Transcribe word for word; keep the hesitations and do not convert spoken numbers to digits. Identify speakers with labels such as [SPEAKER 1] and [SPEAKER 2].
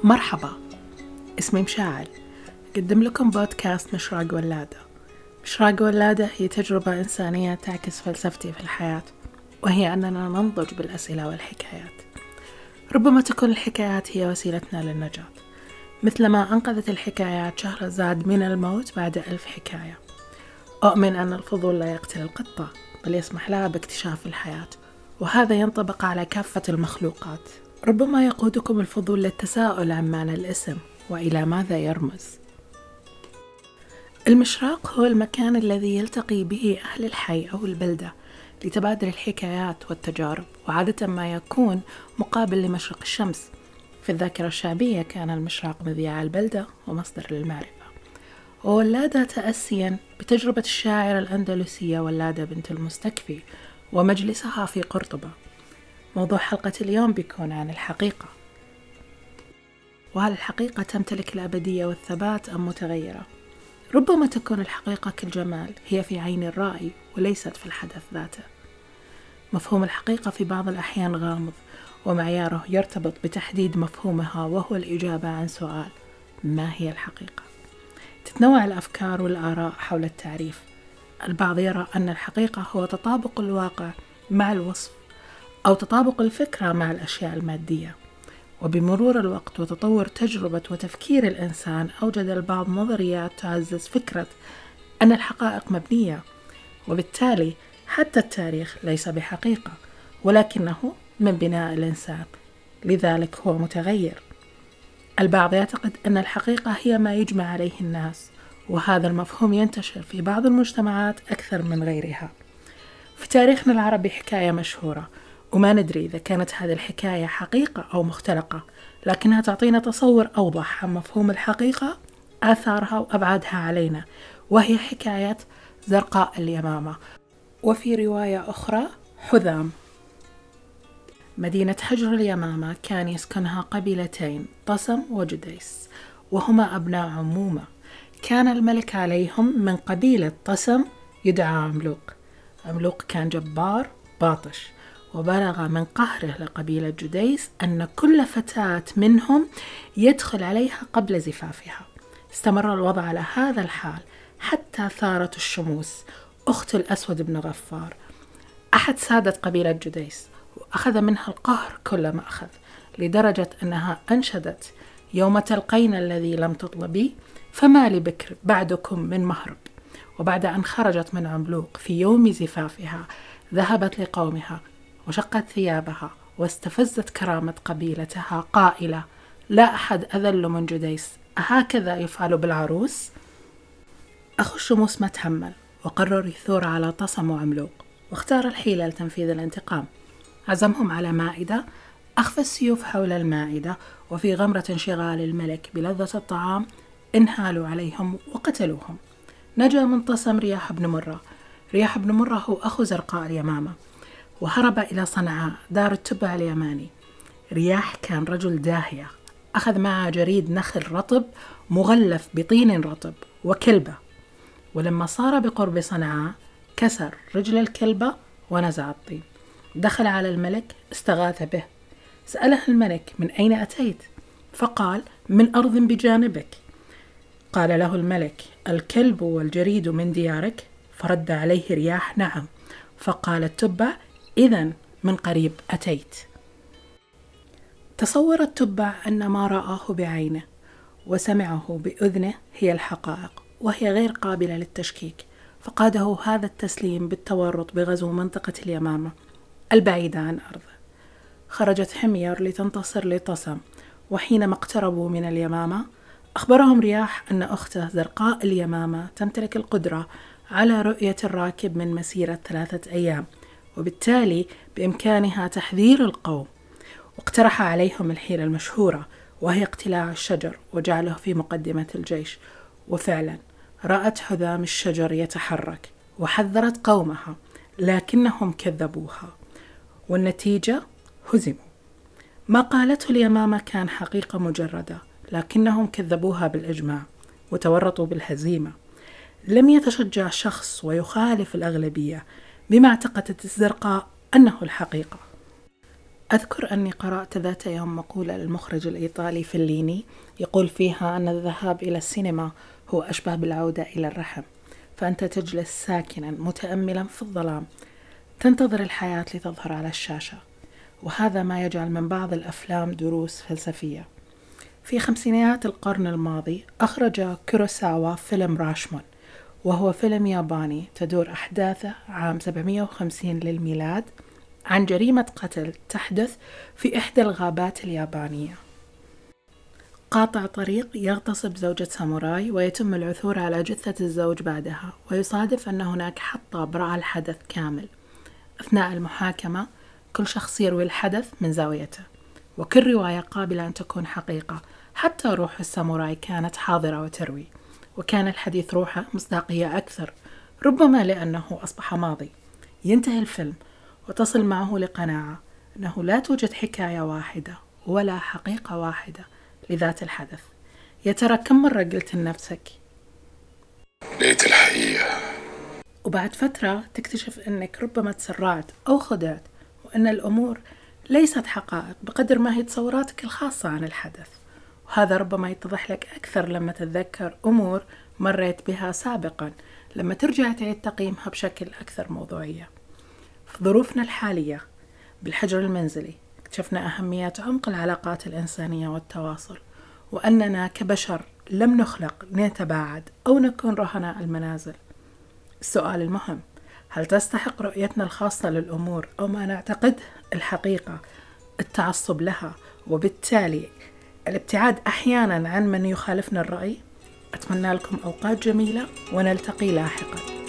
[SPEAKER 1] مرحبا، اسمي مشاعل. أقدم لكم بودكاست مشراق ولادة. مشراق ولادة هي تجربة إنسانية تعكس فلسفتي في الحياة، وهي أننا ننضج بالأسئلة والحكايات. ربما تكون الحكايات هي وسيلتنا للنجاة، مثلما أنقذت الحكايات شهرزاد من الموت بعد ألف حكاية. أؤمن أن الفضول لا يقتل القطة، بل يسمح لها باكتشاف الحياة، وهذا ينطبق على كافة المخلوقات. ربما يقودكم الفضول للتساؤل عن معنى الاسم وإلى ماذا يرمز. المشراق هو المكان الذي يلتقي به أهل الحي أو البلدة لتبادل الحكايات والتجارب، وعادة ما يكون مقابل لمشرق الشمس. في الذاكرة الشعبية كان المشراق مذياع البلدة ومصدر للمعرفة. وولادة تأسيا بتجربة الشاعرة الأندلسية ولادة بنت المستكفي ومجلسها في قرطبة. موضوع حلقة اليوم بيكون عن الحقيقة، وهل الحقيقة تمتلك الأبدية والثبات أم متغيرة؟ ربما تكون الحقيقة كالجمال، هي في عين الرائي وليست في الحدث ذاته. مفهوم الحقيقة في بعض الأحيان غامض، ومعياره يرتبط بتحديد مفهومها، وهو الإجابة عن سؤال: ما هي الحقيقة؟ تتنوع الأفكار والآراء حول التعريف. البعض يرى أن الحقيقة هو تطابق الواقع مع الوصف، أو تطابق الفكرة مع الأشياء المادية. وبمرور الوقت وتطور تجربة وتفكير الإنسان، أوجد البعض نظريات تعزز فكرة أن الحقائق مبنية، وبالتالي حتى التاريخ ليس بحقيقة، ولكنه من بناء الإنسان، لذلك هو متغير. البعض يعتقد أن الحقيقة هي ما يجمع عليه الناس، وهذا المفهوم ينتشر في بعض المجتمعات أكثر من غيرها. في تاريخنا العربي حكاية مشهورة، وما ندري إذا كانت هذه الحكاية حقيقة أو مختلقة، لكنها تعطينا تصور أوضح عن مفهوم الحقيقة، آثارها وأبعادها علينا، وهي حكاية زرقاء اليمامة. وفي رواية أخرى حذام. مدينة حجر اليمامة كان يسكنها قبيلتين، طسم وجديس، وهما أبناء عمومة. كان الملك عليهم من قبيلة طسم يدعى عملوق. عملوق كان جبار باطش، وبلغ من قهره لقبيلة جديس أن كل فتاة منهم يدخل عليها قبل زفافها. استمر الوضع على هذا الحال حتى ثارت الشموس، أخت الأسود بن غفار، أحد سادة قبيلة جديس، وأخذ منها القهر كل ما أخذ، لدرجة أنها أنشدت: يوم تلقين الذي لم تطلبي، فما لبكر بعدكم من مهرب. وبعد أن خرجت من عملوق في يوم زفافها، ذهبت لقومها وشقت ثيابها واستفزت كرامة قبيلتها قائلة: لا أحد أذل من جديس، أهكذا يفعل بالعروس؟ أخو الشموس ما تحمل، وقرر يثور على طسم وعملوق، واختار الحيلة لتنفيذ الانتقام. عزمهم على مائدة، أخفى السيوف حول المائدة، وفي غمرة انشغال الملك بلذة الطعام انهالوا عليهم وقتلوهم. نجا من طسم رياح بن مرة. رياح بن مرة هو أخو زرقاء اليمامة، وهرب إلى صنعاء دار التبع اليماني. رياح كان رجل داهية، أخذ معه جريد نخل رطب مغلف بطين رطب وكلبة، ولما صار بقرب صنعاء كسر رجل الكلبة ونزع الطين. دخل على الملك استغاث به. سأله الملك: من أين أتيت؟ فقال: من أرض بجانبك. قال له الملك: الكلب والجريد من ديارك؟ فرد عليه رياح: نعم. فقال التبع: إذن من قريب أتيت. تصور التبع أن ما رآه بعينه وسمعه بأذنه هي الحقائق، وهي غير قابلة للتشكيك، فقاده هذا التسليم بالتورط بغزو منطقة اليمامة البعيدة عن أرضه. خرجت حمير لتنتصر لطسم، وحينما اقتربوا من اليمامة أخبرهم رياح أن أخته زرقاء اليمامة تمتلك القدرة على رؤية الراكب من مسيرة ثلاثة أيام، وبالتالي بإمكانها تحذير القوم. واقترح عليهم الحيلة المشهورة، وهي اقتلاع الشجر وجعله في مقدمة الجيش. وفعلا رأت حذام الشجر يتحرك وحذرت قومها، لكنهم كذبوها، والنتيجة هزموا. ما قالته اليمامة كان حقيقة مجردة، لكنهم كذبوها بالإجماع وتورطوا بالهزيمة. لم يتشجع شخص ويخالف الأغلبية بما اعتقدت الزرقاء أنه الحقيقة. أذكر أني قرأت ذات يوم مقولة للمخرج الإيطالي فيليني يقول فيها أن الذهاب إلى السينما هو أشبه بالعودة إلى الرحم، فأنت تجلس ساكنا متأملا في الظلام تنتظر الحياة لتظهر على الشاشة، وهذا ما يجعل من بعض الأفلام دروس فلسفية. في خمسينيات القرن الماضي أخرج كوروساوا فيلم راشمون، وهو فيلم ياباني تدور أحداثه عام سبعمائة وخمسين للميلاد عن جريمة قتل تحدث في إحدى الغابات اليابانية. قاطع طريق يغتصب زوجة ساموراي ويتم العثور على جثة الزوج بعدها، ويصادف أن هناك حطاب رأى الحدث كامل. أثناء المحاكمة كل شخص يروي الحدث من زاويته، وكل رواية قابلة أن تكون حقيقة، حتى روح الساموراي كانت حاضرة وتروي، وكان الحديث روحه مصداقية أكثر، ربما لأنه أصبح ماضي. ينتهي الفيلم وتصل معه لقناعة أنه لا توجد حكاية واحدة ولا حقيقة واحدة لذات الحدث. يا ترى كم مرة قلت لنفسك
[SPEAKER 2] لقيت الحقيقة؟
[SPEAKER 1] وبعد فترة تكتشف أنك ربما تسرعت أو خدعت، وأن الأمور ليست حقائق بقدر ما هي تصوراتك الخاصة عن الحدث. وهذا ربما يتضح لك أكثر لما تتذكر أمور مريت بها سابقا، لما ترجع تعيد تقييمها بشكل أكثر موضوعية. في ظروفنا الحالية بالحجر المنزلي اكتشفنا أهمية عمق العلاقات الإنسانية والتواصل، وأننا كبشر لم نخلق لنتباعد أو نكون رهناء المنازل. السؤال المهم: هل تستحق رؤيتنا الخاصة للأمور أو ما نعتقد الحقيقة التعصب لها، وبالتالي الابتعاد أحيانا عن من يخالفنا الرأي؟ أتمنى لكم أوقات جميلة ونلتقي لاحقا.